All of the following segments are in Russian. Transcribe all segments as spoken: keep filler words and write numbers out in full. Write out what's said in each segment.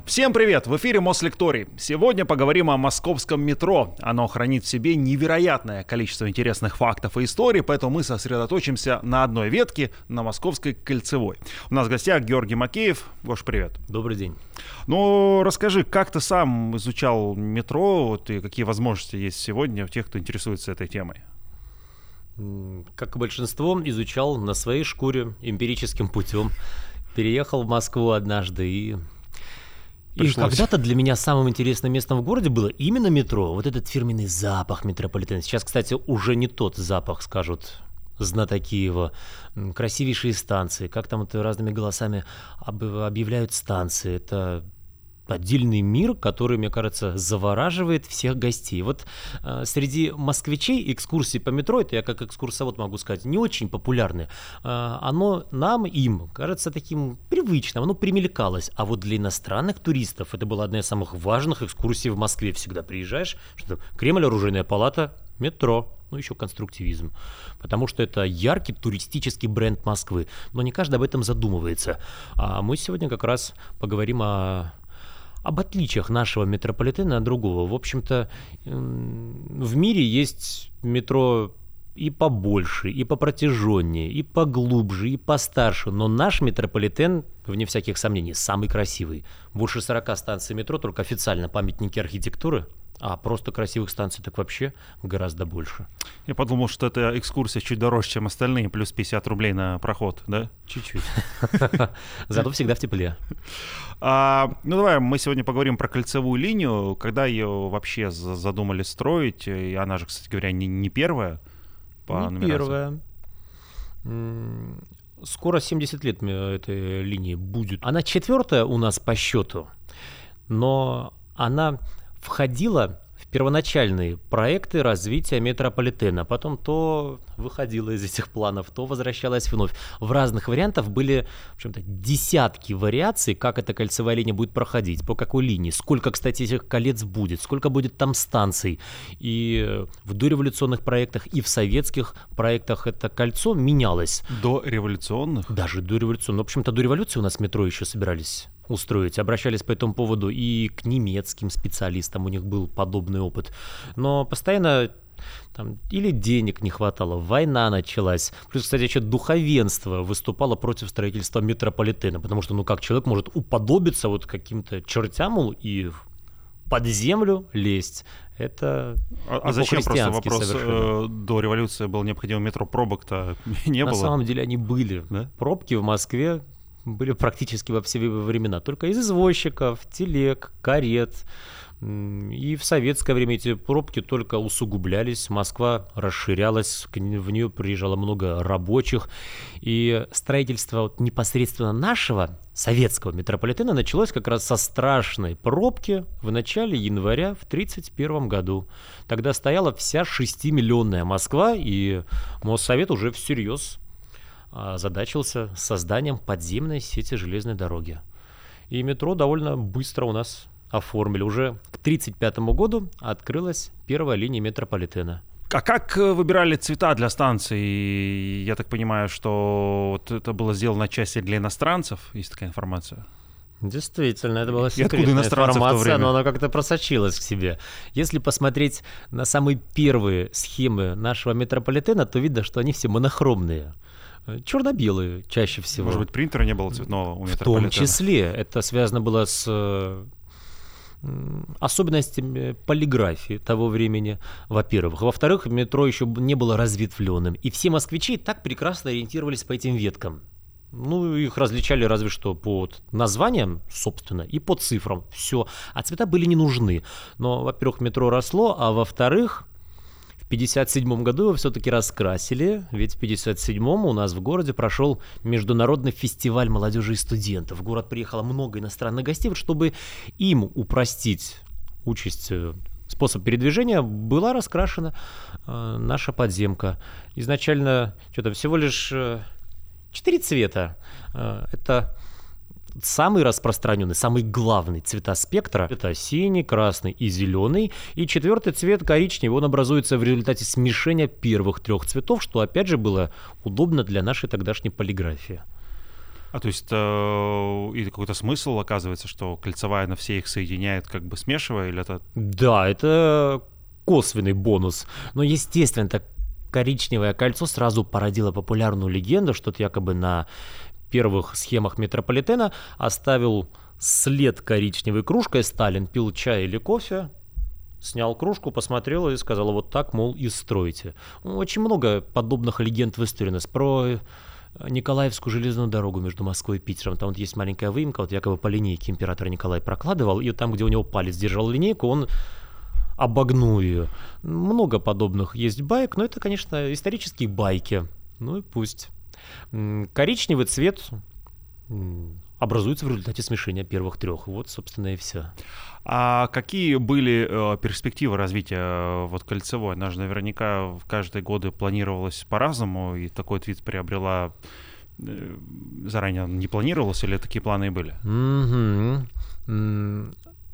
Всем привет! В эфире Мослекторий. Сегодня поговорим о московском метро. Оно хранит в себе невероятное количество интересных фактов и историй, поэтому мы сосредоточимся на одной ветке, на Московской кольцевой. У нас в гостях Георгий Макеев. Гош, привет. Добрый день. Ну, расскажи, как ты сам изучал метро, вот, и какие возможности есть сегодня у тех, кто интересуется этой темой? Как и большинство, изучал на своей шкуре эмпирическим путем. Переехал в Москву однажды и... И когда-то для меня самым интересным местом в городе было именно метро. Вот этот фирменный запах метрополитена. Сейчас, кстати, уже не тот запах, скажут знатоки его. Красивейшие станции. Как там это разными голосами объявляют станции. Это отдельный мир, который, мне кажется, завораживает всех гостей. Вот э, среди москвичей экскурсии по метро, это я как экскурсовод могу сказать, не очень популярны. Э, оно нам, им, кажется таким привычным, оно примелькалось. А вот для иностранных туристов это была одна из самых важных экскурсий в Москве. Всегда приезжаешь, что Кремль, оружейная палата, метро. Ну, еще конструктивизм. Потому что это яркий туристический бренд Москвы. Но не каждый об этом задумывается. А мы сегодня как раз поговорим о... об отличиях нашего метрополитена от другого. В общем-то, в мире есть метро и побольше, и попротяженнее, и поглубже, и постарше. Но наш метрополитен, вне всяких сомнений, самый красивый. Больше сорока станций метро, только официально памятники архитектуры. А просто красивых станций так вообще гораздо больше. Я подумал, что эта экскурсия чуть дороже, чем остальные, плюс пятьдесят рублей на проход, да? Чуть-чуть. Зато всегда в тепле. А, ну давай, мы сегодня поговорим про кольцевую линию. Когда ее вообще задумали строить? И она же, кстати говоря, не, не первая по не первая. Скоро семьдесят лет этой линии будет. Она четвертая у нас по счету, но она... входила в первоначальные проекты развития метрополитена. Потом то выходила из этих планов, то возвращалась вновь. В разных вариантах были, в общем-то, десятки вариаций, как эта кольцевая линия будет проходить, по какой линии, сколько, кстати, этих колец будет, сколько будет там станций. И в дореволюционных проектах, и в советских проектах это кольцо менялось. До революционных? Даже до революционных. В общем-то, до революции у нас метро еще собирались устроить. Обращались по этому поводу и к немецким специалистам, у них был подобный опыт. Но постоянно там или денег не хватало, война началась. Плюс, кстати, еще духовенство выступало против строительства метрополитена, потому что, ну как человек может уподобиться вот каким-то чертям, мол, и под землю лезть. Это а, а зачем просто вопрос э, до революции был необходимо метро, пробок-то не На было? На самом деле они были. Да? Пробки в Москве были практически во все времена. Только из извозчиков, телег, карет. И в советское время эти пробки только усугублялись. Москва расширялась, в нее приезжало много рабочих. И строительство вот непосредственно нашего советского метрополитена началось как раз со страшной пробки в начале января в тридцать первом году. Тогда стояла вся шестимиллионная Москва, и Моссовет уже всерьез озадачился созданием подземной сети железной дороги. И метро довольно быстро у нас оформили. Уже к тридцать пятому году открылась первая линия метрополитена. А как выбирали цвета для станций? Я так понимаю, что вот это было сделано отчасти для иностранцев, есть такая информация? Действительно, это была секретная информация, но она как-то просочилась к себе. Если посмотреть на самые первые схемы нашего метрополитена, то видно, что они все монохромные. Черно-белые чаще всего. Может быть, принтера не было цветного у метрополитена? В том числе. Это связано было с особенностями полиграфии того времени, во-первых. Во-вторых, метро еще не было разветвленным. И все москвичи так прекрасно ориентировались по этим веткам. Ну, их различали разве что по названиям, собственно, и по цифрам. Все. А цвета были не нужны. Но, во-первых, метро росло, а во-вторых, в пятьдесят седьмом году его все-таки раскрасили, ведь в пятьдесят седьмом у нас в городе прошел международный фестиваль молодежи и студентов. В город приехало много иностранных гостей, чтобы им упростить участь, способ передвижения, была раскрашена э, наша подземка. Изначально что-то всего лишь э, четыре цвета. Э, это самый распространенный, самый главный цвета спектра — это синий, красный и зеленый. И четвертый цвет, коричневый, он образуется в результате смешения первых трех цветов, что опять же было удобно для нашей тогдашней полиграфии. А то есть э, и какой-то смысл оказывается, что кольцевая на все их соединяет, как бы смешивая, или это... Да, это косвенный бонус. Но, естественно, так коричневое кольцо сразу породило популярную легенду, что это якобы на первых схемах метрополитена оставил след коричневой кружкой Сталин, пил чай или кофе, снял кружку, посмотрел и сказал: вот так, мол, и стройте. Очень много подобных легенд в истории у нас про Николаевскую железную дорогу между Москвой и Питером. Там вот есть маленькая выемка, вот якобы по линейке император Николай прокладывал, и там, где у него палец держал линейку, он обогнул ее. Много подобных есть баек, но это, конечно, исторические байки. Ну и пусть. Коричневый цвет образуется в результате смешения первых трех. Вот, собственно, и все. А какие были э, перспективы развития э, вот кольцевой? Она же наверняка в каждые годы планировалась по-разному, и такой вид приобрела э, заранее не планировалось, или такие планы и были? Mm-hmm. Mm.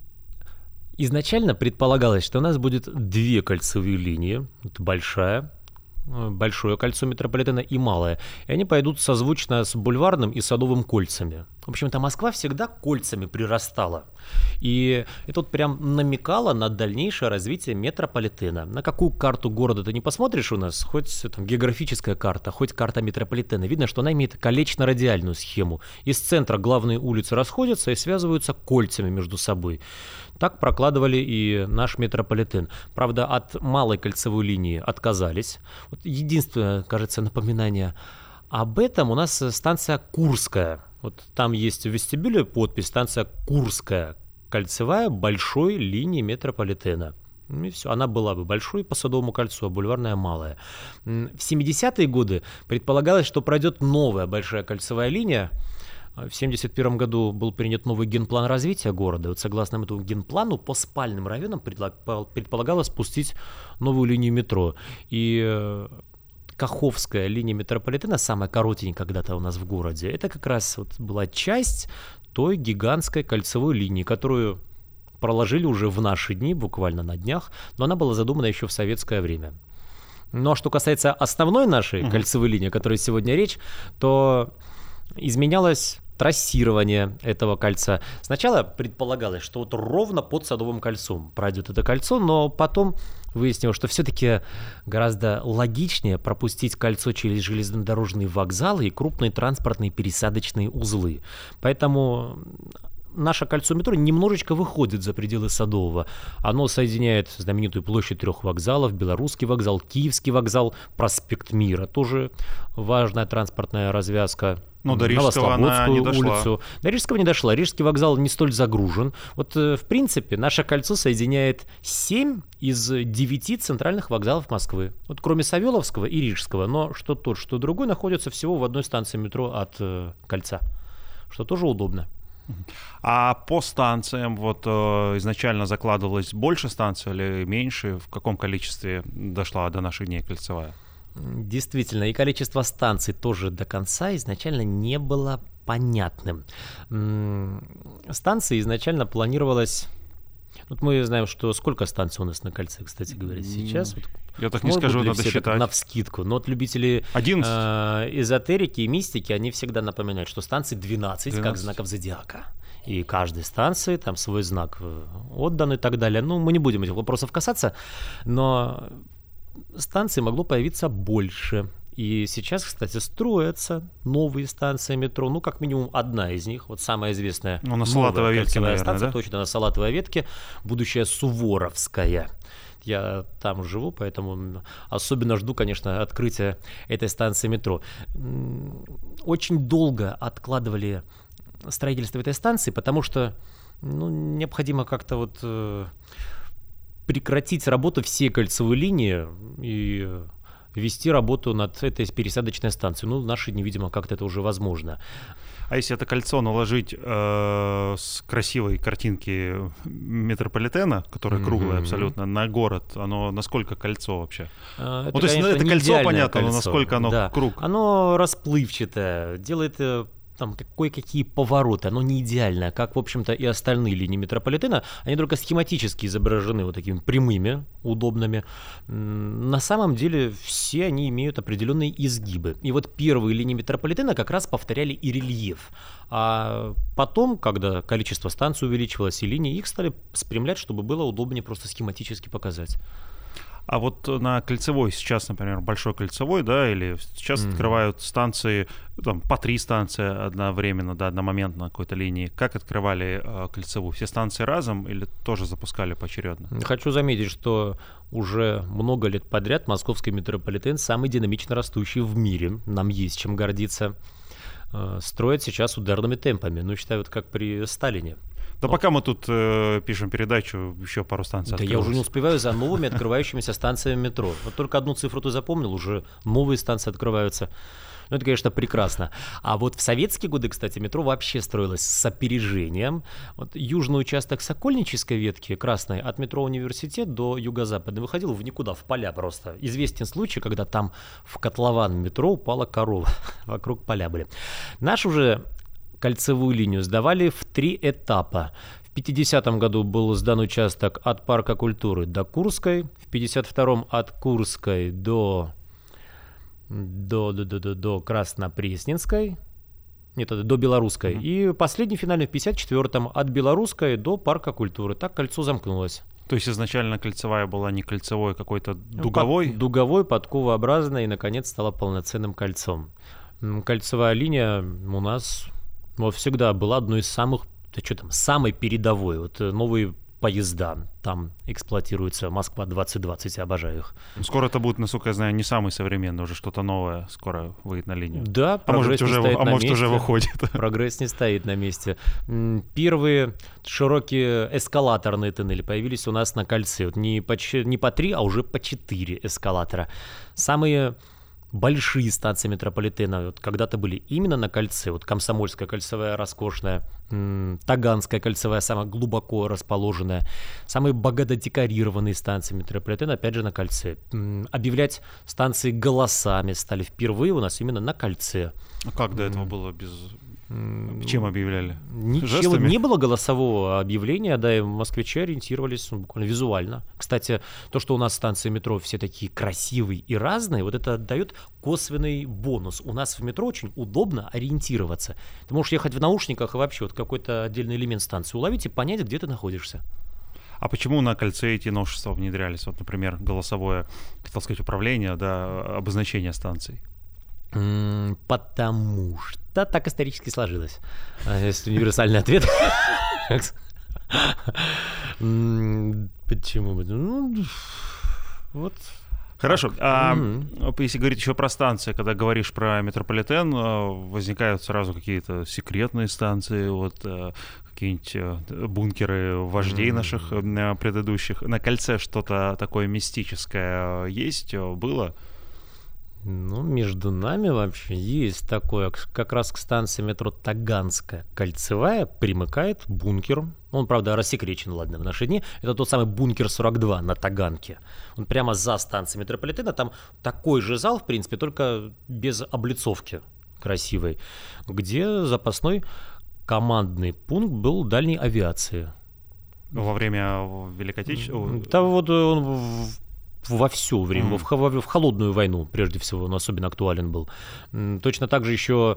Изначально предполагалось, что у нас будет две кольцевые линии. Это большая, большое кольцо метрополитена и малое. И они пойдут созвучно с бульварным и садовым кольцами. В общем-то, Москва всегда кольцами прирастала. И это вот прям намекало на дальнейшее развитие метрополитена. На какую карту города ты не посмотришь у нас, хоть там географическая карта, хоть карта метрополитена, видно, что она имеет колечно-радиальную схему. Из центра главные улицы расходятся и связываются кольцами между собой. Так прокладывали и наш метрополитен. Правда, от малой кольцевой линии отказались. Вот единственное, кажется, напоминание об этом у нас станция Курская. Вот там есть в вестибюле подпись: станция Курская, кольцевая большой линии метрополитена. И все, она была бы большой по Садовому кольцу, а бульварная малая. В семидесятые годы предполагалось, что пройдет новая большая кольцевая линия. В семьдесят первом году был принят новый генплан развития города. Вот согласно этому генплану по спальным районам предполагалось спустить новую линию метро. И Каховская линия метрополитена, самая коротенькая когда-то у нас в городе, это как раз вот была часть той гигантской кольцевой линии, которую проложили уже в наши дни, буквально на днях, но она была задумана еще в советское время. Ну а что касается основной нашей uh-huh. кольцевой линии, о которой сегодня речь, то изменялось трассирование этого кольца. Сначала предполагалось, что вот ровно под Садовым кольцом пройдет это кольцо, но потом выяснилось, что все-таки гораздо логичнее пропустить кольцо через железнодорожные вокзалы и крупные транспортные пересадочные узлы. Поэтому наше кольцо метро немножечко выходит за пределы Садового. Оно соединяет знаменитую площадь трех вокзалов: Белорусский вокзал, Киевский вокзал, проспект Мира, тоже важная транспортная развязка. Ну, до Рижского она не дошла. Улицу. До Рижского не дошла. Рижский вокзал не столь загружен. Вот, в принципе, наше кольцо соединяет семь из девяти центральных вокзалов Москвы. Вот кроме Савеловского и Рижского. Но что тот, что другой находятся всего в одной станции метро от э, кольца. Что тоже удобно. А по станциям вот э, изначально закладывалось больше станций или меньше? В каком количестве дошла до наших дней кольцевая? Действительно, и количество станций тоже до конца изначально не было понятным. Станции изначально планировалось... Вот мы знаем, что сколько станций у нас на кольце, кстати говоря, сейчас. Вот, я так не скажу, надо считать. Навскидку. Но вот любители э, эзотерики и мистики, они всегда напоминают, что станций двенадцать, двенадцать, как знаков зодиака. И каждой станции там свой знак отдан и так далее. Ну, мы не будем этих вопросов касаться, но... станций могло появиться больше. И сейчас, кстати, строятся новые станции метро. Ну, как минимум, одна из них, вот самая известная, ну, на Салатовой ветке, наверное, станция, да? Точно, на Салатовой ветке, будущая Суворовская. Я там живу, поэтому особенно жду, конечно, открытия этой станции метро. Очень долго откладывали строительство этой станции, потому что ну, необходимо как-то вот... прекратить работу всей кольцевой линии и вести работу над этой пересадочной станцией. Ну, в наши дни, видимо, как-то это уже возможно. А если это кольцо наложить э, с красивой картинки метрополитена, которая mm-hmm. круглая абсолютно, на город, оно насколько кольцо вообще? Это, ну, то есть конечно, это кольцо, понятно, кольцо. Но насколько оно да. круг? Оно расплывчатое, делает там кое-какие повороты, оно не идеальное, как, в общем-то, и остальные линии метрополитена, они только схематически изображены вот такими прямыми, удобными. На самом деле все они имеют определенные изгибы. И вот первые линии метрополитена как раз повторяли и рельеф. А потом, когда количество станций увеличивалось и линий, их стали спрямлять, чтобы было удобнее просто схематически показать. А вот на Кольцевой сейчас, например, Большой Кольцевой, да, или сейчас mm-hmm. открывают станции, там, по три станции одновременно, да, одномоментно на какой-то линии. Как открывали э, Кольцевую? Все станции разом или тоже запускали поочередно? Хочу заметить, что уже много лет подряд московский метрополитен самый динамично растущий в мире. Нам есть чем гордиться. Э, строят сейчас ударными темпами. Ну, считаю, вот как при Сталине. Да, пока мы тут э, пишем передачу, еще пару станций Да открылось. я уже не успеваю за новыми открывающимися станциями метро. Вот только одну цифру ты запомнил, уже новые станции открываются. Ну, это, конечно, прекрасно. А вот в советские годы, кстати, метро вообще строилось с опережением. Вот южный участок Сокольнической ветки, красной, от метро Университет до юго-запада выходил в никуда, в поля просто. Известен случай, когда там в котлован метро упала корова. Вокруг поля были. Наш уже... Кольцевую линию сдавали в три этапа. В пятидесятом году был сдан участок от Парка культуры до Курской, в пятьдесят втором от Курской до, до, до, до, до, до Краснопресненской, нет, до Белорусской, mm-hmm. и последний финальный в пятьдесят четвёртом от Белорусской до Парка культуры. Так кольцо замкнулось. То есть изначально Кольцевая была не кольцевой, а какой-то дуговой? Под, дуговой, подковообразной, и, наконец, стала полноценным кольцом. Кольцевая линия у нас... Но всегда была одной из самых, да что там, самой передовой. Вот новые поезда там эксплуатируются. Москва двадцать двадцать, я обожаю их. Скоро это будет, насколько я знаю, не самый современный, уже что-то новое скоро выйдет на линию. Да, а может, не уже, стоит а на может месте. уже выходит. Прогресс не стоит на месте. Первые широкие эскалаторные тоннели появились у нас на кольце. Вот не, по, не по три, а уже по четыре эскалатора. Самые... Большие станции метрополитена вот когда-то были именно на кольце. Вот Комсомольская кольцевая роскошная, м- Таганская кольцевая самая глубоко расположенная. Самые богато декорированные станции метрополитена опять же на кольце. М- объявлять станции голосами стали впервые у нас именно на кольце. А как до этого м- было без... Чем объявляли? Ничего, не было голосового объявления, да, и москвичи ориентировались ну, буквально визуально. Кстати, то, что у нас станции метро все такие красивые и разные, вот это дает косвенный бонус. У нас в метро очень удобно ориентироваться. Ты можешь ехать в наушниках и вообще вот какой-то отдельный элемент станции уловить и понять, где ты находишься. А почему на кольце эти новшества внедрялись? Вот, например, голосовое, хотел сказать, управление, да, обозначение станций. Потому что так исторически сложилось. Есть универсальный ответ. Почему? Ну, вот. Хорошо. А mm-hmm. если говорить еще про станции, когда говоришь про метрополитен, возникают сразу какие-то секретные станции, вот какие-нибудь бункеры вождей mm-hmm. наших предыдущих. На кольце что-то такое мистическое есть, было? Ну, между нами вообще есть такое, как раз к станции метро Таганская кольцевая примыкает бункер. Он, правда, рассекречен, ладно, в наши дни. Это тот самый бункер сорок два на Таганке. Он прямо за станцией метрополитена. Там такой же зал, в принципе, только без облицовки красивой, где запасной командный пункт был дальней авиации. Во время Великой Отечественной? Да, вот он во все время, mm. в, в холодную войну, прежде всего, он особенно актуален был. Точно так же еще,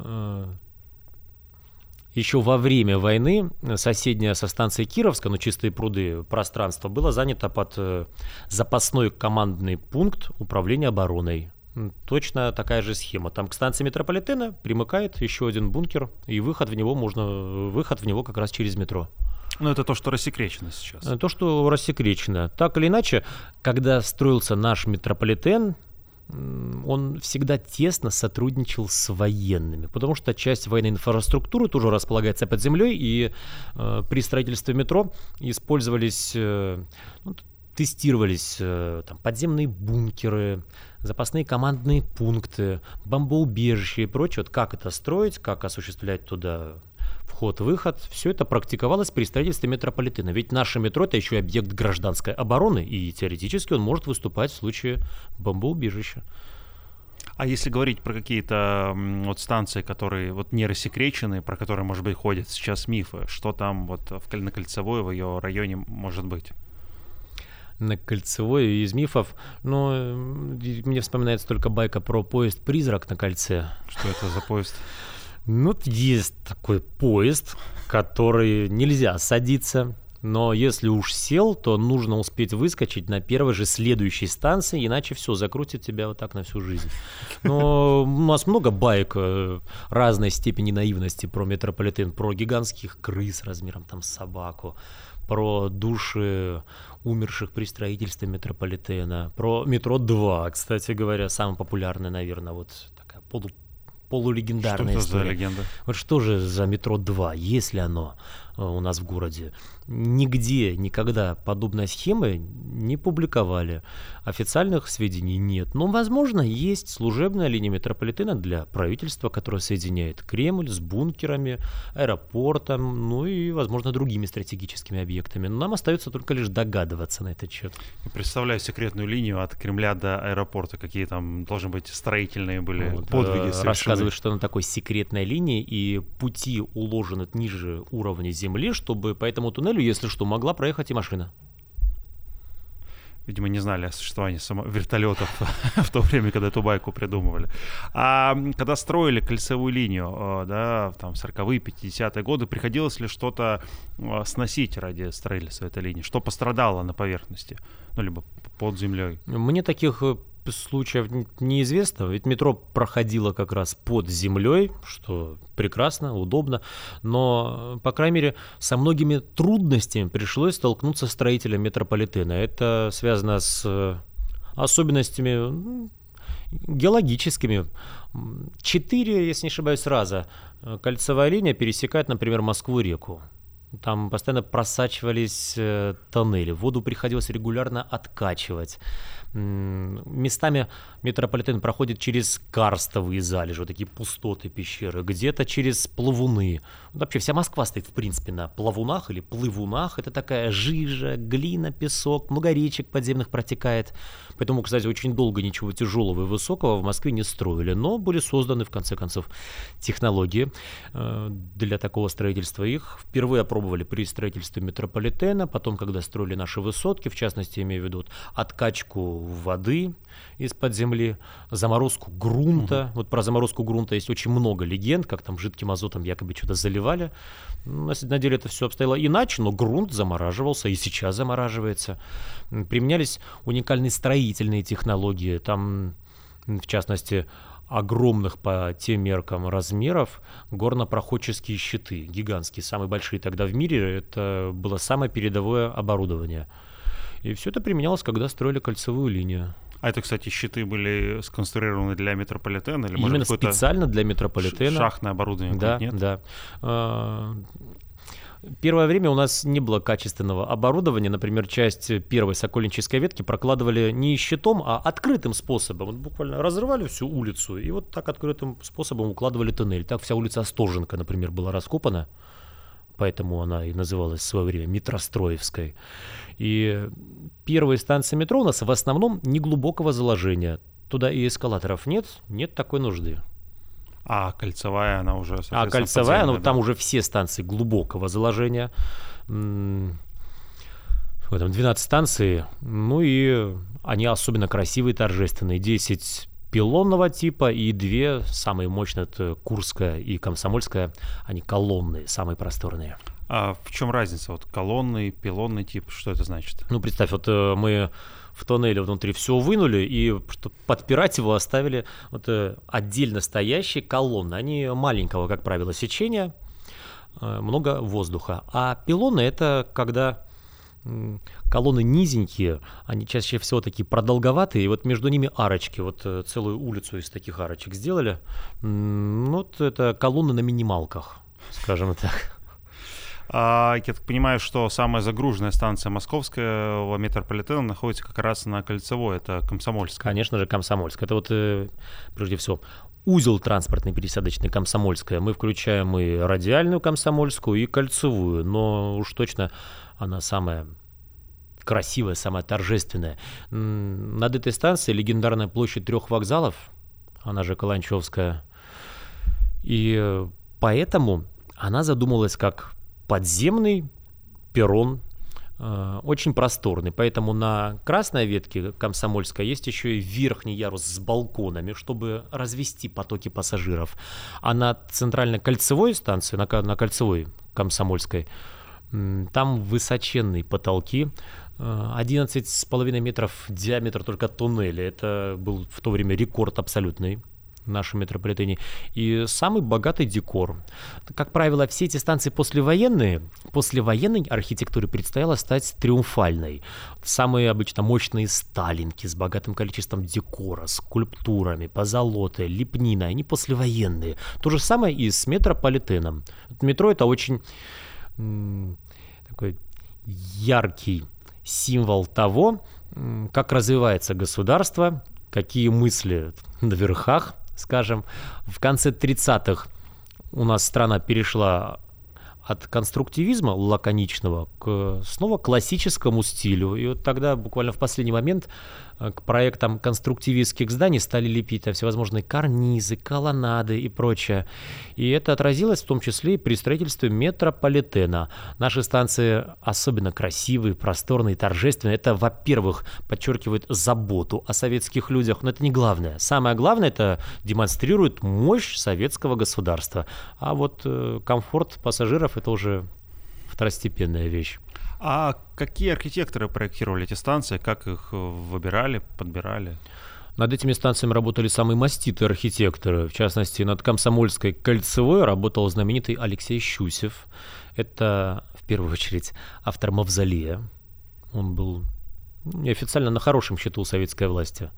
еще во время войны соседняя со станцией Кировска, ну, Чистые пруды, пространство было занято под запасной командный пункт управления обороной. Точно такая же схема. Там к станции метрополитена примыкает еще один бункер, и выход в него можно, выход в него как раз через метро. Ну, это то, что рассекречено сейчас. То, что рассекречено. Так или иначе, когда строился наш метрополитен, он всегда тесно сотрудничал с военными, потому что часть военной инфраструктуры тоже располагается под землей, и э, при строительстве метро использовались, э, ну, тестировались э, там, подземные бункеры, запасные командные пункты, бомбоубежища и прочее. Вот как это строить, как осуществлять туда вход-выход, все это практиковалось при строительстве метрополитена. Ведь наше метро — это еще и объект гражданской обороны, и теоретически он может выступать в случае бомбоубежища. А если говорить про какие-то вот станции, которые вот не рассекречены, про которые, может быть, ходят сейчас мифы, что там вот в, на Кольцевой, в ее районе может быть? На Кольцевой из мифов, но мне вспоминается только байка про поезд-призрак на кольце. Что это за поезд? Ну, есть такой поезд, который нельзя садиться, но если уж сел, то нужно успеть выскочить на первой же следующей станции, иначе все, закрутит тебя вот так на всю жизнь. Но у нас много баек разной степени наивности про метрополитен, про гигантских крыс размером там с собаку, про души умерших при строительстве метрополитена, про метро два, кстати говоря, самая популярная, наверное, вот такая полу, полулегендарная что история. За легенда? Вот что же за метро два, если оно у нас в городе? Нигде, никогда подобной схемы не публиковали. Официальных сведений нет. Но, возможно, есть служебная линия метрополитена для правительства, которая соединяет Кремль с бункерами, аэропортом, ну и, возможно, другими стратегическими объектами. Но нам остается только лишь догадываться на этот счет. Я представляю секретную линию от Кремля до аэропорта, какие там, должны быть, строительные были вот, подвиги совершены. Рассказывают, что на такой секретной линии и пути уложены ниже уровня земли, чтобы по этому туннелю, если что, могла проехать и машина. Видимо, не знали о существовании само... вертолетов в то время, когда эту байку придумывали. А когда строили кольцевую линию, да, там, в сороковые, пятидесятые годы, приходилось ли что-то сносить ради строительства этой линии? Что пострадало на поверхности? Ну, либо под землей? Мне таких случаев неизвестно, ведь метро проходило как раз под землей, что прекрасно, удобно, но, по крайней мере, со многими трудностями пришлось столкнуться строителям метрополитена. Это связано с особенностями геологическими. Четыре, если не ошибаюсь, раза кольцевая линия пересекает, например, Москву-реку. Там постоянно просачивались э, тоннели, воду приходилось регулярно откачивать. М-м, местами метрополитен проходит через карстовые залежи, вот такие пустоты пещеры, где-то через плавуны. Вообще вся Москва стоит, в принципе, на плавунах или плывунах. Это такая жижа, глина, песок, много речек подземных протекает. Поэтому, кстати, очень долго ничего тяжелого и высокого в Москве не строили. Но были созданы, в конце концов, технологии э, для такого строительства. Их впервые опробовали при строительстве метрополитена, потом, когда строили наши высотки, в частности, имею в виду откачку воды из-под земли, заморозку грунта. Угу. Вот про заморозку грунта есть очень много легенд, как там жидким азотом якобы что-то заливали. На, на деле это все обстояло иначе, но грунт замораживался и сейчас замораживается. Применялись уникальные строительные технологии, там, в частности, огромных по тем меркам размеров горнопроходческие щиты, гигантские, самые большие тогда в мире. Это было самое передовое оборудование. И все это применялось, когда строили кольцевую линию. А это, кстати, щиты были сконструированы для метрополитена? Или, Именно может, специально для метрополитена. Шахтное оборудование? Да, нет? да. Первое время у нас не было качественного оборудования. Например, часть первой Сокольнической ветки прокладывали не щитом, а открытым способом. Вот буквально разрывали всю улицу и вот так открытым способом укладывали туннель. Так вся улица Остоженко, например, была раскопана. Поэтому она и называлась в свое время Метростроевской. И первые станции метро у нас в основном неглубокого заложения. Туда и эскалаторов нет, нет такой нужды. А кольцевая, она уже, А кольцевая, ну, да? Там уже все станции глубокого заложения. В этом двенадцать станций, ну и они особенно красивые, торжественные. десять пилонного типа и две самые мощные, это Курская и Комсомольская, они колонные, самые просторные. А в чем разница? Вот колонный, пилонный тип, что это значит? Ну, представь, вот мы в тоннеле внутри все вынули, и чтобы подпирать его оставили вот отдельно стоящие колонны. Они маленького, как правило, сечения, много воздуха. А пилоны — это когда колонны низенькие, они чаще всего такие продолговатые, и вот между ними арочки. Вот целую улицу из таких арочек сделали. Вот это колонны на минималках, скажем так. А, я так понимаю, что самая загруженная станция московского метрополитена находится как раз на Кольцевой, это Комсомольская. Конечно же, Комсомольская. Это вот, прежде всего, узел транспортный пересадочный Комсомольская. Мы включаем и радиальную Комсомольскую, и Кольцевую, но уж точно она самая красивая, самая торжественная. Над этой станцией легендарная площадь трех вокзалов, она же Каланчевская. И поэтому она задумалась как подземный перрон, очень просторный. Поэтому на красной ветке Комсомольской есть еще и верхний ярус с балконами, чтобы развести потоки пассажиров. А на центральной кольцевой станции, на, на кольцевой Комсомольской, там высоченные потолки, одиннадцать с половиной метров диаметр только туннеля. Это был в то время рекорд абсолютный в нашем метрополитене. И самый богатый декор. Как правило, все эти станции послевоенные, послевоенной архитектуре предстояло стать триумфальной. Самые обычно мощные сталинки с богатым количеством декора, скульптурами, позолотой, лепниной, они послевоенные. То же самое и с метрополитеном. Метро — это очень м- такой яркий символ того, как развивается государство, какие мысли на верхах, скажем. В конце тридцатых у нас страна перешла от конструктивизма лаконичного к снова классическому стилю. И вот тогда, буквально в последний момент, к проектам конструктивистских зданий стали лепить там всевозможные карнизы, колоннады и прочее. И это отразилось в том числе и при строительстве метрополитена. Наши станции особенно красивые, просторные, торжественные. Это, во-первых, подчеркивает заботу о советских людях, но это не главное. Самое главное — это демонстрирует мощь советского государства. А вот э, комфорт пассажиров — это уже второстепенная вещь. А какие архитекторы проектировали эти станции? Как их выбирали, подбирали? Над этими станциями работали самые маститые архитекторы. В частности, над Комсомольской кольцевой работал знаменитый Алексей Щусев. Это, в первую очередь, автор «Мавзолея». Он был неофициально на хорошем счету у советской власти.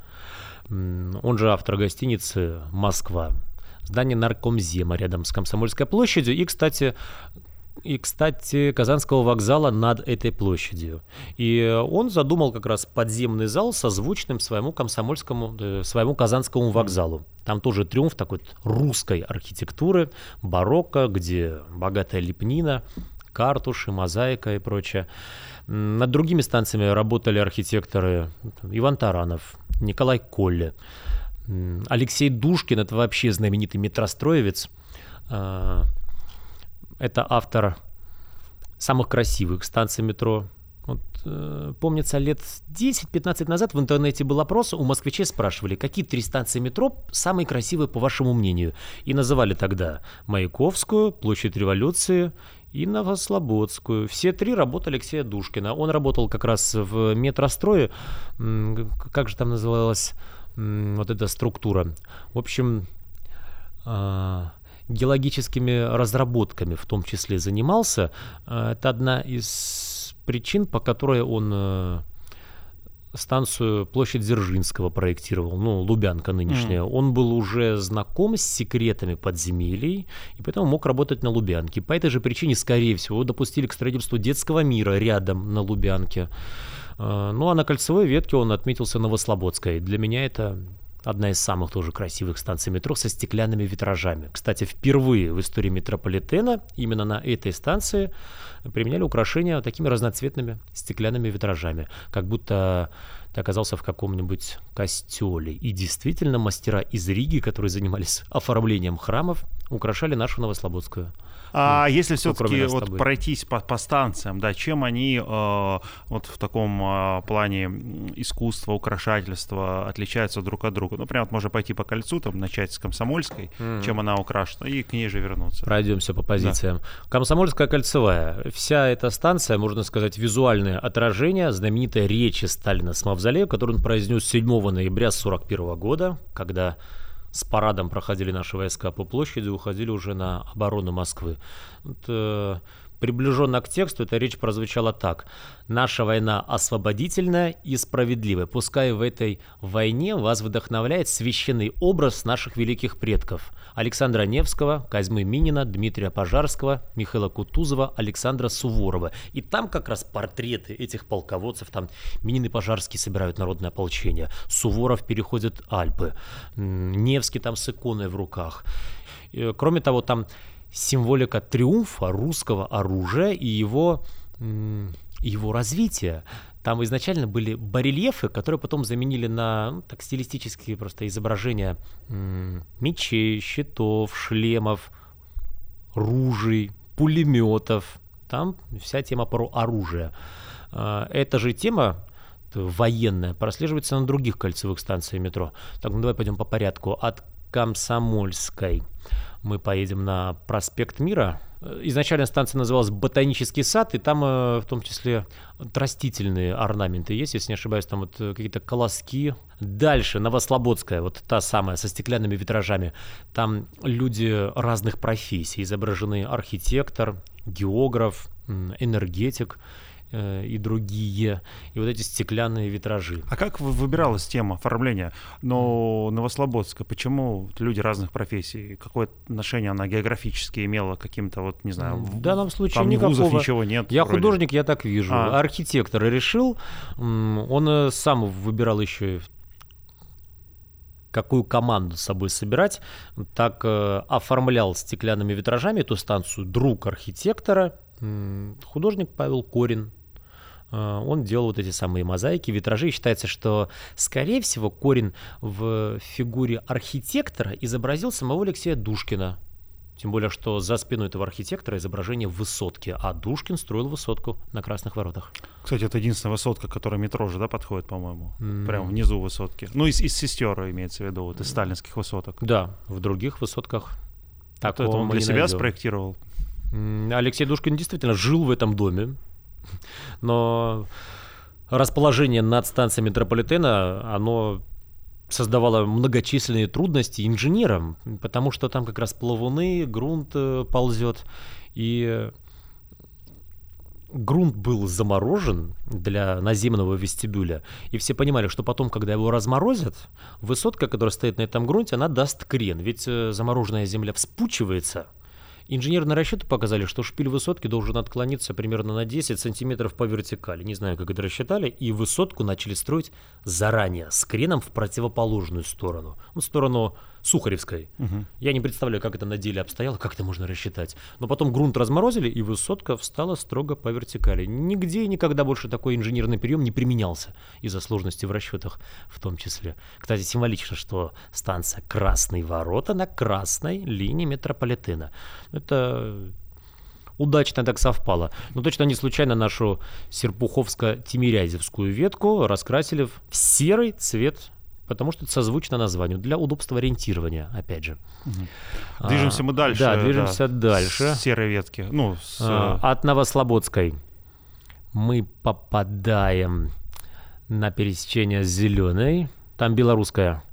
Он же автор гостиницы «Москва». Здание наркомзема рядом с Комсомольской площадью. И, кстати... И, кстати, Казанского вокзала над этой площадью. И он задумал как раз подземный зал созвучным своему комсомольскому, э, своему Казанскому вокзалу. Там тоже триумф такой русской архитектуры, барокко, где богатая лепнина, картуши, мозаика и прочее. Над другими станциями работали архитекторы Иван Таранов, Николай Колле, Алексей Душкин, это вообще знаменитый метростроевец. Это автор самых красивых станций метро. Вот, э, помнится, лет десять-пятнадцать назад в интернете был опрос, у москвичей спрашивали, какие три станции метро самые красивые, по вашему мнению. И называли тогда Маяковскую, Площадь Революции и Новослободскую. Все три работали Алексея Душкина. Он работал как раз в метрострое. Как же там называлась вот эта структура? В общем... Э, геологическими разработками в том числе занимался. Это одна из причин, по которой он станцию Площадь Дзержинского проектировал, ну, Лубянка нынешняя. Mm. Он был уже знаком с секретами подземелий, и поэтому мог работать на Лубянке. По этой же причине, скорее всего, его допустили к строительству детского мира рядом на Лубянке. Ну, а на кольцевой ветке он отметился Новослободской. Для меня это... одна из самых тоже красивых станций метро со стеклянными витражами. Кстати, впервые в истории метрополитена именно на этой станции применяли украшения такими разноцветными стеклянными витражами. Как будто ты оказался в каком-нибудь костеле. И действительно, мастера из Риги, которые занимались оформлением храмов, украшали нашу Новослободскую. А ну, если все-таки вот пройтись по, по станциям, да, чем они э, вот в таком э, плане искусства, украшательства отличаются друг от друга? Ну, прям вот можно пойти по кольцу, там, начать с Комсомольской, mm-hmm. чем она украшена, и к ней же вернуться. Пройдемся по позициям. Да. Комсомольская кольцевая. Вся эта станция, можно сказать, визуальное отражение знаменитой речи Сталина с Мавзолея, которую он произнес седьмого ноября сорок первого года, когда... с парадом проходили наши войска по площади, уходили уже на оборону Москвы. Вот, э, приближенно к тексту эта речь прозвучала так. «Наша война освободительная и справедливая. Пускай в этой войне вас вдохновляет священный образ наших великих предков. Александра Невского, Козьмы Минина, Дмитрия Пожарского, Михаила Кутузова, Александра Суворова». И там как раз портреты этих полководцев. Там Минин и Пожарский собирают народное ополчение. Суворов переходит Альпы. Невский там с иконой в руках. И, кроме того, там символика триумфа русского оружия и его... его развития. Там изначально были барельефы, которые потом заменили на ну, так, стилистические просто изображения м- мечей, щитов, шлемов, ружей, пулеметов. Там вся тема про оружие. Эта же тема военная прослеживается на других кольцевых станциях метро. Так, ну давай пойдем по порядку. От Комсомольской мы поедем на проспект Мира. Изначально станция называлась Ботанический сад, и там в том числе растительные орнаменты есть, если не ошибаюсь, там вот какие-то колоски. Дальше Новослободская, вот та самая, со стеклянными витражами. Там люди разных профессий изображены: архитектор, географ, энергетик и другие, и вот эти стеклянные витражи. А как выбиралась тема оформления? Но Новослободска, почему люди разных профессий? Какое отношение она географически имела к каким-то, вот, не знаю, в данном случае там ни никакого. Вузов, ничего нет? Я вроде. Художник, я так вижу. А. Архитектор решил, он сам выбирал еще какую команду с собой собирать, так э, оформлял стеклянными витражами эту станцию друг архитектора, э, художник Павел Корин. Он делал вот эти самые мозаики, витражи. И считается, что, скорее всего, Корин в фигуре архитектора изобразил самого Алексея Душкина. Тем более, что за спиной этого архитектора изображение высотки, а Душкин строил высотку на Красных воротах. Кстати, это единственная высотка, которая метро же, да, подходит, по-моему? Mm. Прямо внизу высотки. Ну, из, из сестер имеется в виду, вот из сталинских высоток. Да, в других высотках такого вот это он мы для не себя найдем. Спроектировал? Алексей Душкин действительно жил в этом доме, но расположение над станцией метрополитена, оно создавало многочисленные трудности инженерам, потому что там как раз плавуны, грунт ползет, и грунт был заморожен для наземного вестибюля, и все понимали, что потом, когда его разморозят, высотка, которая стоит на этом грунте, она даст крен, ведь замороженная земля вспучивается. Инженерные расчеты показали, что шпиль высотки должен отклониться примерно на десять сантиметров по вертикали. Не знаю, как это рассчитали. И высотку начали строить заранее, с креном в противоположную сторону. В сторону Сухаревской. Угу. Я не представляю, как это на деле обстояло, как это можно рассчитать. Но потом грунт разморозили, и высотка встала строго по вертикали. Нигде и никогда больше такой инженерный прием не применялся из-за сложности в расчетах в том числе. Кстати, символично, что станция Красные ворота на красной линии метрополитена. Это удачно так совпало. Но точно не случайно нашу Серпуховско-Тимирязевскую ветку раскрасили в серый цвет, потому что это созвучно названию, для удобства ориентирования, опять же. Угу. Движемся а, мы дальше. Да, движемся да, дальше. С серой ветки. Ну, с... а, от Новослободской мы попадаем на пересечение с Зеленой. Там белорусская.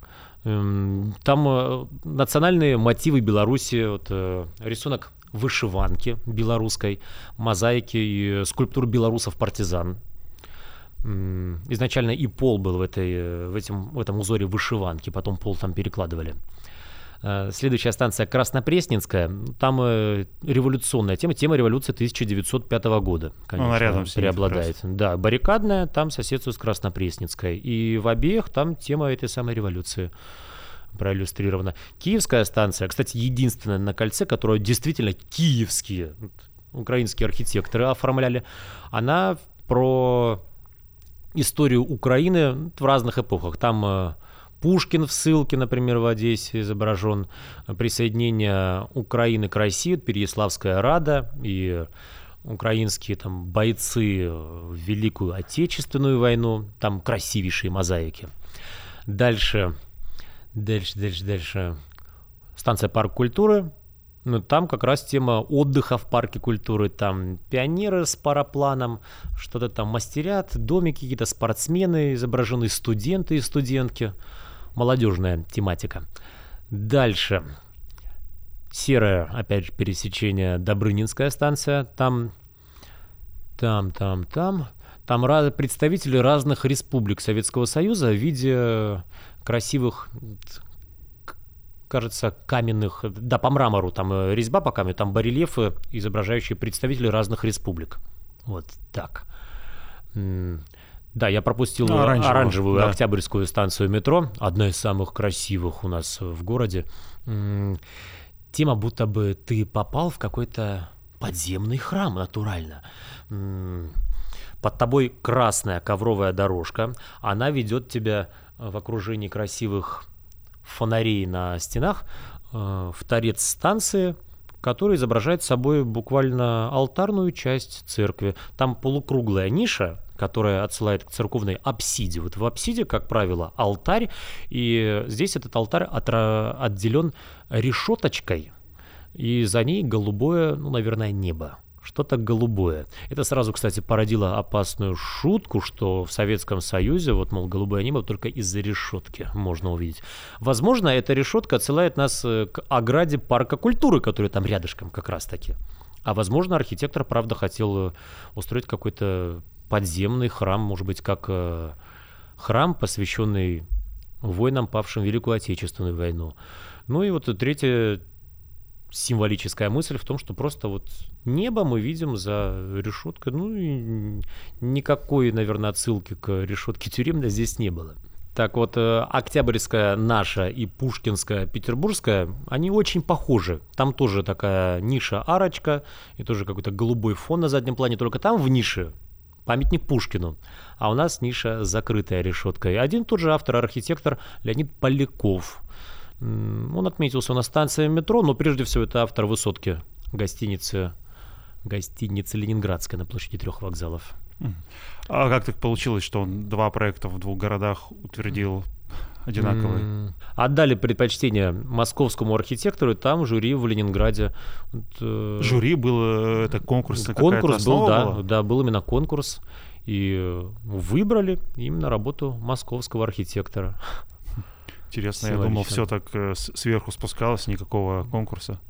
Там национальные мотивы Беларуси. Вот, рисунок вышиванки белорусской, мозаики и скульптур белорусов-партизан. Изначально и пол был в, этой, в, этим, в этом узоре вышиванки, потом пол там перекладывали. Следующая станция Краснопресненская, там революционная тема, тема революции тысяча девятьсот пятого года, конечно, она рядом преобладает. Да, баррикадная, там соседствует с Краснопресненской, и в обеих там тема этой самой революции проиллюстрирована. Киевская станция, кстати, единственная на кольце, которую действительно киевские украинские архитекторы оформляли, она про историю Украины в разных эпохах. Там э, Пушкин в ссылке, например, в Одессе изображен, присоединение Украины к России, Переяславская Рада и украинские там бойцы в Великую Отечественную войну. Там красивейшие мозаики. Дальше, дальше, дальше, дальше. Станция Парк культуры. Ну, там как раз тема отдыха в парке культуры, там пионеры с парапланом, что-то там мастерят, домики какие-то, спортсмены изображены, студенты и студентки, молодежная тематика. Дальше. Серое, опять же, пересечение, Добрынинская станция, там, там, там, там, там раз, представители разных республик Советского Союза в виде красивых, кажется, каменных, да, по мрамору, там резьба по камню, там барельефы, изображающие представителей разных республик. Вот так. Да, я пропустил ну, оранжевую, оранжевую да. Октябрьскую станцию метро, одна из самых красивых у нас в городе. Тема, будто бы ты попал в какой-то подземный храм, натурально. Под тобой красная ковровая дорожка, она ведет тебя в окружении красивых фонарей на стенах в торец станции, который изображает собой буквально алтарную часть церкви. Там полукруглая ниша, которая отсылает к церковной апсиде. Вот в апсиде, как правило, алтарь, и здесь этот алтарь отделен решеточкой, и за ней голубое, ну, наверное, небо. Что-то голубое. Это сразу, кстати, породило опасную шутку, что в Советском Союзе, вот, мол, голубое небо только из-за решетки можно увидеть. Возможно, эта решетка отсылает нас к ограде парка культуры, который там рядышком как раз-таки. А возможно, архитектор, правда, хотел устроить какой-то подземный храм, может быть, как храм, посвященный воинам, павшим в Великую Отечественную войну. Ну и вот третья символическая мысль в том, что просто вот небо мы видим за решеткой. Ну и никакой, наверное, отсылки к решетке тюремной здесь не было. Так вот, Октябрьская наша и Пушкинская петербургская, они очень похожи. Там тоже такая ниша-арочка и тоже какой-то голубой фон на заднем плане, только там в нише памятник Пушкину, а у нас ниша закрытая решеткой. Один тот же автор-архитектор Леонид Поляков. Он отметился на станции метро, но прежде всего это автор высотки гостиницы, гостиницы Ленинградская на площади трех вокзалов. А как так получилось, что он два проекта в двух городах утвердил одинаковые? Mm. Отдали предпочтение московскому архитектору, и там жюри в Ленинграде. Жюри был, это конкурс? Конкурс был, да, была? Да, был именно конкурс. И выбрали именно работу московского архитектора. Интересно, я думал, все так сверху спускалось, никакого конкурса.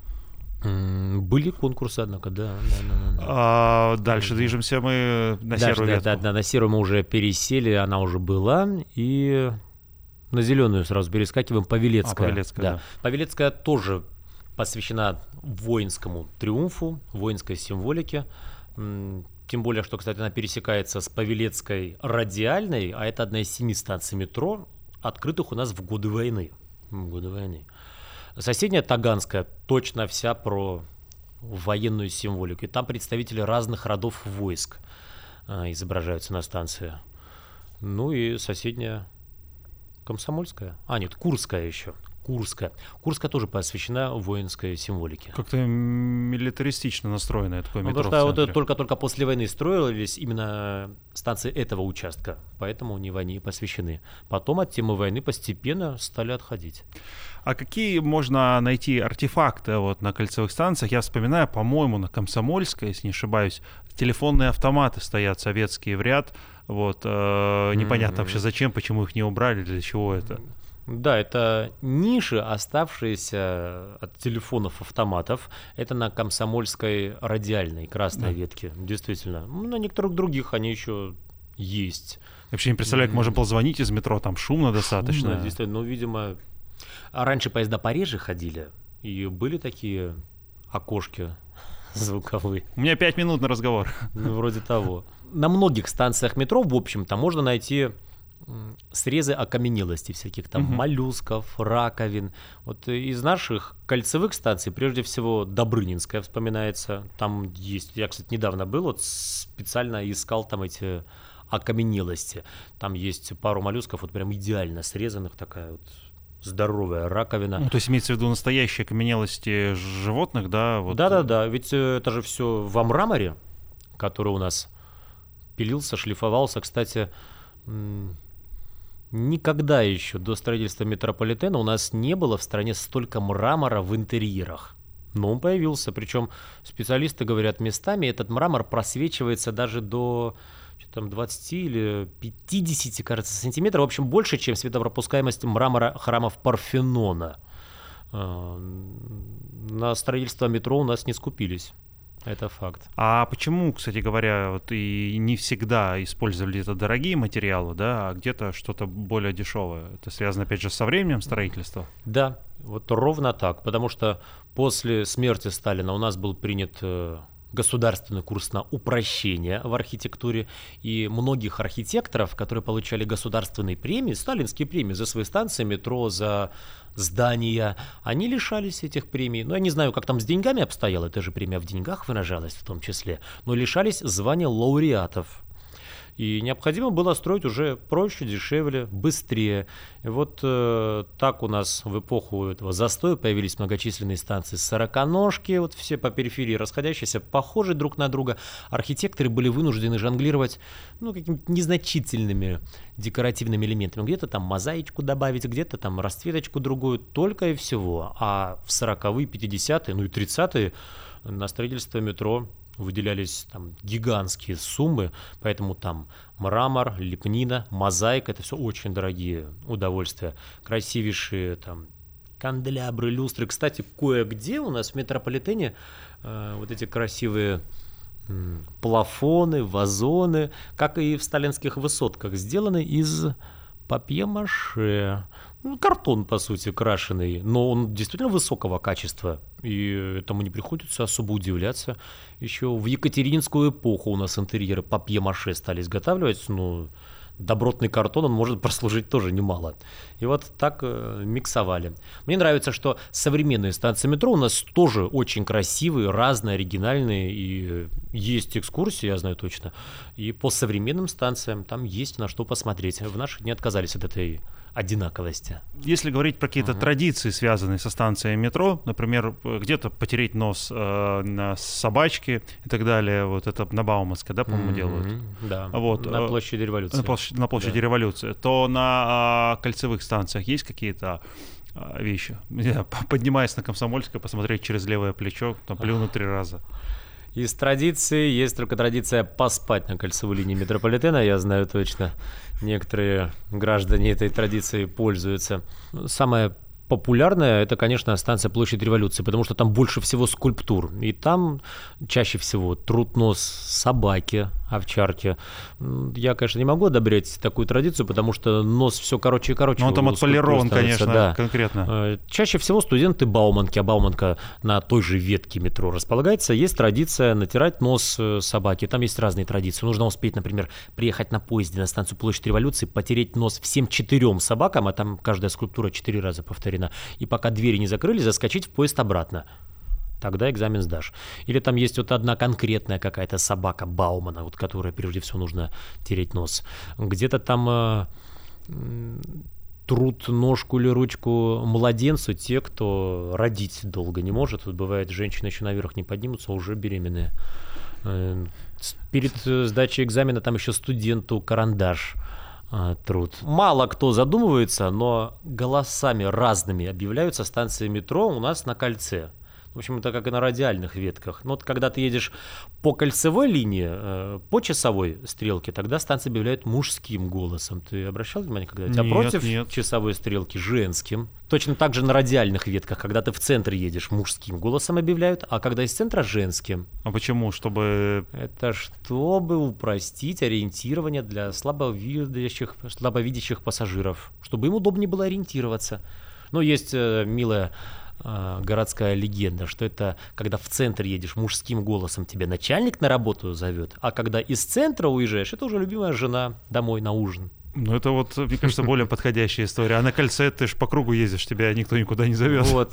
Были конкурсы, однако, да. да, да, да. А дальше да. движемся мы на Дальше, серую да, ветку. Да, да, на серую мы уже пересели, она уже была, и на зеленую сразу перескакиваем, Павелецкая. А, Павелецкая, да. да. Павелецкая тоже посвящена воинскому триумфу, воинской символике. Тем более, что, кстати, она пересекается с Павелецкой радиальной, а это одна из семи станций метро, открытых у нас в годы войны. В годы войны. Соседняя Таганская точно вся про военную символику. И там представители разных родов войск а, изображаются на станции. Ну и соседняя Комсомольская. А, нет, Курская еще. Курская. Курская тоже посвящена воинской символике. Как-то милитаристично настроенное такое метро. Ну, потому что вот только-только после войны строились именно станции этого участка, поэтому они войне посвящены. Потом от темы войны постепенно стали отходить. А какие можно найти артефакты вот на кольцевых станциях? Я вспоминаю, по-моему, на Комсомольской, если не ошибаюсь, телефонные автоматы стоят советские в ряд. Вот, э, непонятно mm-hmm. вообще зачем, почему их не убрали, для чего это. Да, это ниши, оставшиеся от телефонов-автоматов. Это на Комсомольской радиальной красной да. ветке. Действительно. На некоторых других они еще есть. Я вообще не представляю, как можно позвонить из метро, там шумно достаточно. Шумно, действительно. Ну, видимо, раньше поезда пореже ходили, и были такие окошки звуковые. У меня пять минут на разговор. Ну, вроде того. На многих станциях метро, в общем-то, можно найти срезы окаменелостей всяких, там, uh-huh. моллюсков, раковин. Вот из наших кольцевых станций, прежде всего, Добрынинская вспоминается. Там есть, я, кстати, недавно был, вот специально искал там эти окаменелости. Там есть пару моллюсков, вот прям идеально срезанных, такая вот здоровая раковина. Ну, то есть имеется в виду настоящие окаменелости животных, да? Вот. Да-да-да, ведь это же все во мраморе, который у нас пилился, шлифовался. Кстати, никогда еще до строительства метрополитена у нас не было в стране столько мрамора в интерьерах. Но он появился, причем специалисты говорят, местами этот мрамор просвечивается даже до что там, двадцать или пятьдесят, кажется, сантиметров. В общем, больше, чем светопропускаемость мрамора храмов Парфенона. На строительство метро у нас не скупились. Это факт. А почему, кстати говоря, вот и не всегда использовали это дорогие материалы, да, а где-то что-то более дешевое? Это связано, опять же, со временем строительства? Да, вот ровно так. Потому что после смерти Сталина у нас был принят государственный курс на упрощение в архитектуре, и многих архитекторов, которые получали государственные премии, сталинские премии за свои станции метро, за здания, они лишались этих премий. Ну, я не знаю, как там с деньгами обстояло, эта же премия в деньгах выражалась в том числе, но лишались звания лауреатов. И необходимо было строить уже проще, дешевле, быстрее. И вот э, так у нас в эпоху этого застоя появились многочисленные станции сороконожки, вот все по периферии расходящиеся, похожие друг на друга. Архитекторы были вынуждены жонглировать ну, какими-то незначительными декоративными элементами. Где-то там мозаичку добавить, где-то там расцветочку другую, только и всего. А в сороковые, пятидесятые, ну и тридцатые на строительство метро выделялись там гигантские суммы, поэтому там мрамор, лепнина, мозаика, это все очень дорогие удовольствия, красивейшие там канделябры, люстры. Кстати, кое-где у нас в метрополитене э, вот эти красивые м, плафоны, вазоны, как и в сталинских высотках, сделаны из папье-маше. Ну, картон, по сути, крашеный, но он действительно высокого качества, и этому не приходится особо удивляться. Еще в екатерининскую эпоху у нас интерьеры папье-маше стали изготавливать, ну, добротный картон, он может прослужить тоже немало. И вот так э, миксовали. Мне нравится, что современные станции метро у нас тоже очень красивые, разные, оригинальные, и есть экскурсии, я знаю точно, и по современным станциям там есть на что посмотреть. В наши дни отказались от этой одинаковости. Если говорить про какие-то uh-huh. традиции, связанные со станцией метро, например, где-то потереть нос э, на собачке и так далее, вот это на Бауманской, да, по-моему, uh-huh. делают? Да, вот. на площади Революции. На площади, на площади да. Революции. То на э, кольцевых станциях есть какие-то э, вещи? Я, поднимаясь на Комсомольское, посмотреть через левое плечо, там плюнуть три раза. Из традиции есть только традиция поспать на кольцевой линии метрополитена, я знаю точно. Некоторые граждане этой традицией пользуются. Самое популярная — это, конечно, станция Площадь Революции, потому что там больше всего скульптур. И там чаще всего трут нос собаки, овчарки. Я, конечно, не могу одобрять такую традицию, потому что нос все короче и короче. Но он там отполирован, конечно, да. конкретно. Чаще всего студенты Бауманки, а Бауманка на той же ветке метро располагается, есть традиция натирать нос собаки. Там есть разные традиции. Нужно успеть, например, приехать на поезде на станцию Площадь Революции, потереть нос всем четырем собакам, а там каждая скульптура четыре раза повторена. И пока двери не закрыли, заскочить в поезд обратно. Тогда экзамен сдашь. Или там есть вот одна конкретная какая-то собака Баумана, вот, которой прежде всего нужно тереть нос. Где-то там э, трут ножку или ручку младенцу те, кто родить долго не может. Вот бывает, женщины еще наверх не поднимутся, уже беременные. Э, перед сдачей экзамена там еще студенту карандаш труд. Мало кто задумывается, но голосами разными объявляются станции метро у нас на кольце. В общем, это как и на радиальных ветках. Но вот когда ты едешь по кольцевой линии, по часовой стрелке, тогда станции объявляют мужским голосом. Ты обращал внимание, когда у тебя нет, против нет. часовой стрелки женским? Точно так же на радиальных ветках, когда ты в центре едешь, мужским голосом объявляют, а когда из центра — женским. А почему? Чтобы... Это чтобы упростить ориентирование для слабовидящих, слабовидящих пассажиров, чтобы им удобнее было ориентироваться. Ну, есть э, милая э, городская легенда, что это когда в центр едешь, мужским голосом тебя начальник на работу зовет, а когда из центра уезжаешь, это уже любимая жена домой на ужин. Ну, это вот, мне кажется, более подходящая история. А на кольце ты ж по кругу ездишь, тебя никто никуда не зовет. Вот.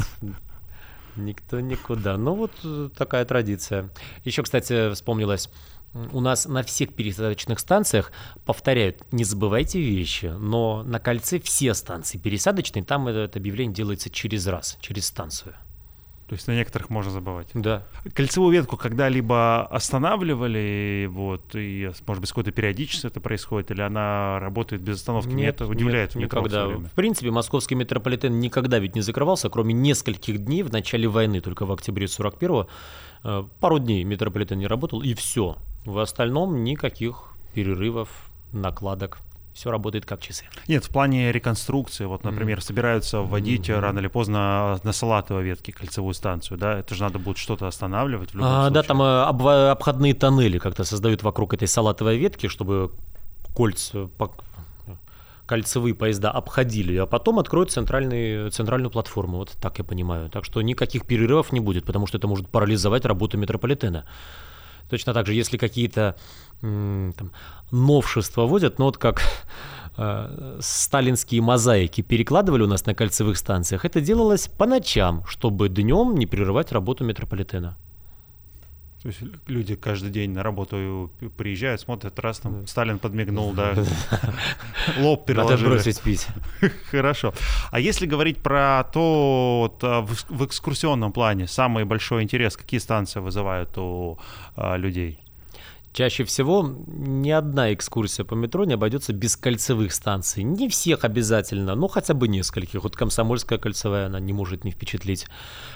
Никто никуда. Ну, вот такая традиция. Еще, кстати, вспомнилось, у нас на всех пересадочных станциях повторяют: не забывайте вещи, но на кольце все станции пересадочные, там это объявление делается через раз, через станцию. То есть на некоторых можно забывать. Да. Кольцевую ветку когда-либо останавливали, вот, и, может быть, с какой-то периодичностью это происходит, или она работает без остановки? Меня это удивляет. Нет, никогда. В принципе, московский метрополитен никогда ведь не закрывался, кроме нескольких дней в начале войны, только в октябре сорок первого. Пару дней метрополитен не работал, и все. В остальном никаких перерывов, накладок. Все работает как часы. Нет, в плане реконструкции, вот, например, mm-hmm. собираются вводить mm-hmm. рано или поздно на Салатовой ветке кольцевую станцию, да, это же надо будет что-то останавливать в любом а, случае. Да, там об, обходные тоннели как-то создают вокруг этой Салатовой ветки, чтобы кольца, кольцевые поезда обходили, а потом откроют центральный, центральную платформу, вот так я понимаю. Так что никаких перерывов не будет, потому что это может парализовать работу метрополитена. Точно так же, если какие-то м, там, новшества вводят, ну вот как э, сталинские мозаики перекладывали у нас на кольцевых станциях, это делалось по ночам, чтобы днем не прерывать работу метрополитена. То есть люди каждый день на работу приезжают, смотрят, раз там Сталин подмигнул, да, лоб переложили. Надо бросить пить. Хорошо. А если говорить про то, в экскурсионном плане, самый большой интерес, какие станции вызывают у людей? Чаще всего ни одна экскурсия по метро не обойдется без кольцевых станций. Не всех обязательно, но хотя бы нескольких. Вот Комсомольская кольцевая, она не может не впечатлить.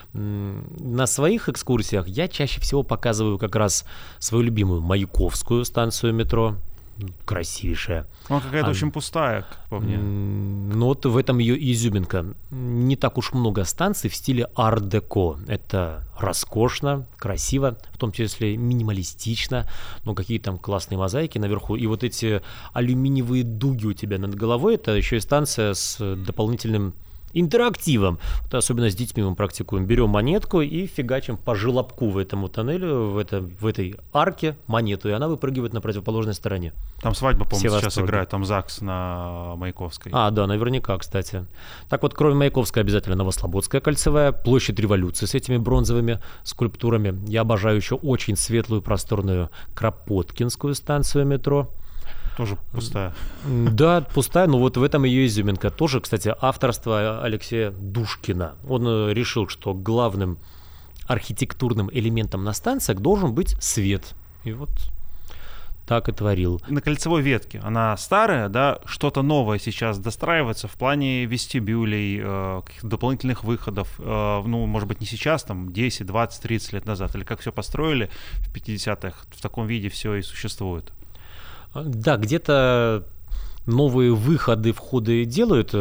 На своих экскурсиях я чаще всего показываю как раз свою любимую Маяковскую станцию метро. Красивейшая. Она какая-то а, очень пустая, как по мне. Ну вот в этом ее изюминка. Не так уж много станций в стиле ар-деко. Это роскошно, красиво, в том числе минималистично. Но какие там классные мозаики наверху. И вот эти алюминиевые дуги у тебя над головой. Это еще и станция с дополнительным интерактивом. Вот особенно с детьми мы практикуем. Берем монетку и фигачим по желобку в этом тоннелю, в, это, в этой арке монету, и она выпрыгивает на противоположной стороне. Там свадьба, по-моему, сейчас играет, там ЗАГС на Маяковской. А, да, наверняка, кстати. Так вот, кроме Маяковской, обязательно Новослободская кольцевая, площадь Революции с этими бронзовыми скульптурами. Я обожаю еще очень светлую, просторную Кропоткинскую станцию метро. Тоже пустая. Да, пустая, но вот в этом ее изюминка. Тоже, кстати, авторство Алексея Душкина. Он решил, что главным архитектурным элементом на станциях должен быть свет. И вот так и творил. На кольцевой ветке она старая, да, что-то новое сейчас достраивается в плане вестибюлей, э, каких-то дополнительных выходов. Э, ну, может быть, не сейчас, там, десять, двадцать, тридцать лет назад. Или как все построили в пятидесятых, в таком виде все и существует. Да, где-то новые выходы, входы делают,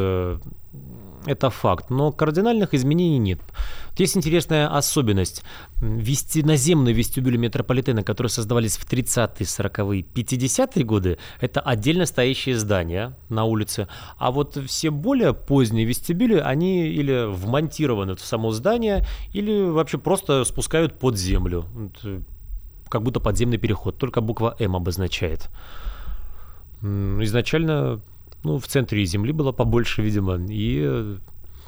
это факт, но кардинальных изменений нет. Есть интересная особенность. Вести, наземные вестибюли метрополитена, которые создавались в тридцатые, сороковые, пятидесятые годы, это отдельно стоящие здания на улице. А вот все более поздние вестибюли, они или вмонтированы в само здание, или вообще просто спускают под землю. Как будто подземный переход, только буква М обозначает. Изначально, ну, в центре земли было побольше, видимо, и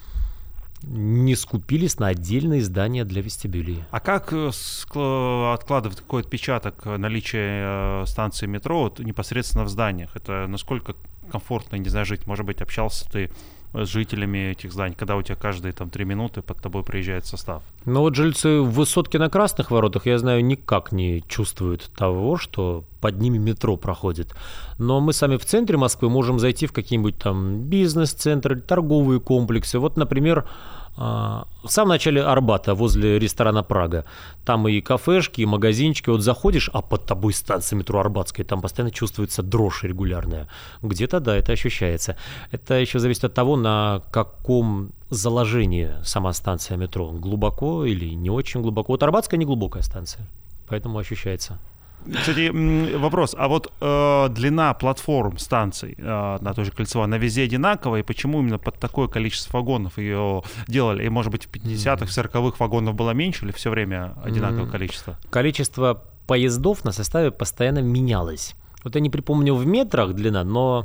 не скупились на отдельные здания для вестибюлей. А как откладывает какой-то отпечаток наличия станции метро вот, непосредственно в зданиях? Это насколько комфортно, не знаю, жить? Может быть, общался ты с жителями этих зданий, когда у тебя каждые там три минуты под тобой приезжает состав? Ну вот жильцы в Высотке на Красных воротах, я знаю, никак не чувствуют того, что под ними метро проходит. Но мы сами в центре Москвы можем зайти в какие-нибудь там бизнес-центры, торговые комплексы. Вот, например, в самом начале Арбата, возле ресторана «Прага». Там и кафешки, и магазинчики. Вот заходишь, а под тобой станция метро Арбатская. Там постоянно чувствуется дрожь регулярная. Где-то, да, это ощущается. Это еще зависит от того, на каком заложении сама станция метро. Глубоко или не очень глубоко. Вот Арбатская не глубокая станция, поэтому ощущается. Кстати, вопрос, а вот э, длина платформ станций э, на той же Кольцевой, она везде одинаковая, и почему именно под такое количество вагонов ее делали? И, может быть, в пятидесятых, сороковых вагонов было меньше или все время одинаковое mm-hmm. количество? Количество поездов на составе постоянно менялось. Вот я не припомню в метрах длина, но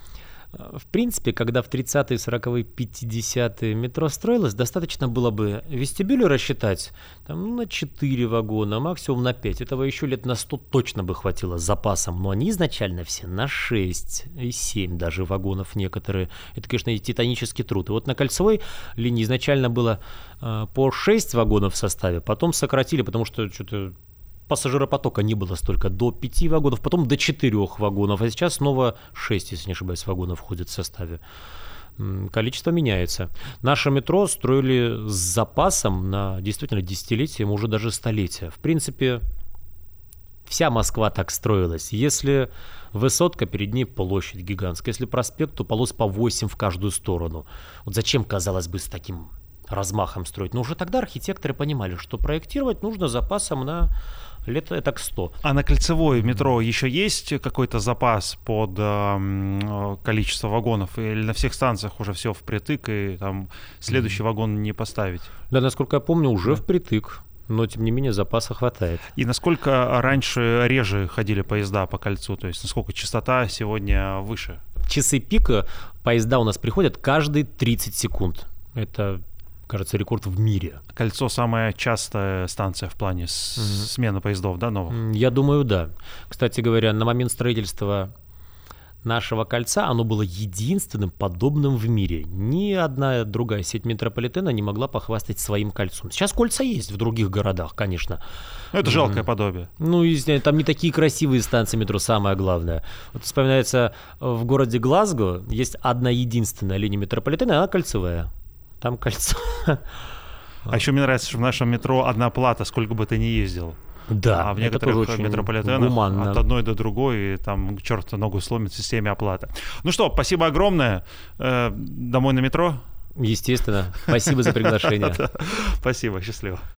в принципе, когда в тридцатые, сороковые, пятидесятые метро строилось, достаточно было бы вестибюли рассчитать там, на четыре вагона, максимум на пять. Этого еще лет на сто точно бы хватило с запасом. Но они изначально все на шесть и семь даже вагонов некоторые. Это, конечно, и титанический труд. И вот на Кольцевой линии изначально было э, по шесть вагонов в составе, потом сократили, потому что что-то пассажиропотока не было столько, до пяти вагонов, потом до четырех вагонов, а сейчас снова шесть, если не ошибаюсь, вагонов входит в составе. Количество меняется. Наше метро строили с запасом на действительно десятилетия, уже даже столетия. В принципе, вся Москва так строилась. Если Высотка, перед ней площадь гигантская, если проспект, то полос по восемь в каждую сторону. Вот зачем, казалось бы, с таким размахом строить? Но уже тогда архитекторы понимали, что проектировать нужно запасом на лет этак сто. А на Кольцевой метро еще есть какой-то запас под э, количество вагонов? Или на всех станциях уже все впритык, и там следующий mm-hmm. вагон не поставить? Да, насколько я помню, уже да. впритык. Но, тем не менее, запаса хватает. И насколько раньше реже ходили поезда по кольцу? То есть насколько частота сегодня выше? В часы пика поезда у нас приходят каждые тридцать секунд. Это кажется, рекорд в мире. Кольцо самая частая станция в плане с- mm-hmm. смены поездов, да, новых? Я думаю, да. Кстати говоря, на момент строительства нашего кольца оно было единственным подобным в мире. Ни одна другая сеть метрополитена не могла похвастать своим кольцом. Сейчас кольца есть в других городах, конечно. Это жалкое mm-hmm. подобие. Ну, и там не такие красивые станции метро, самое главное. Вот вспоминается, в городе Глазго есть одна единственная линия метрополитена, она кольцевая. Там кольцо. А еще мне нравится, что в нашем метро одна плата, сколько бы ты ни ездил. Да, а в некоторых метрополитенах гуманно. От одной до другой, и там черт ногу сломит в системе оплаты. Ну что, спасибо огромное. Домой на метро? Естественно. Спасибо за приглашение. Спасибо, счастливо.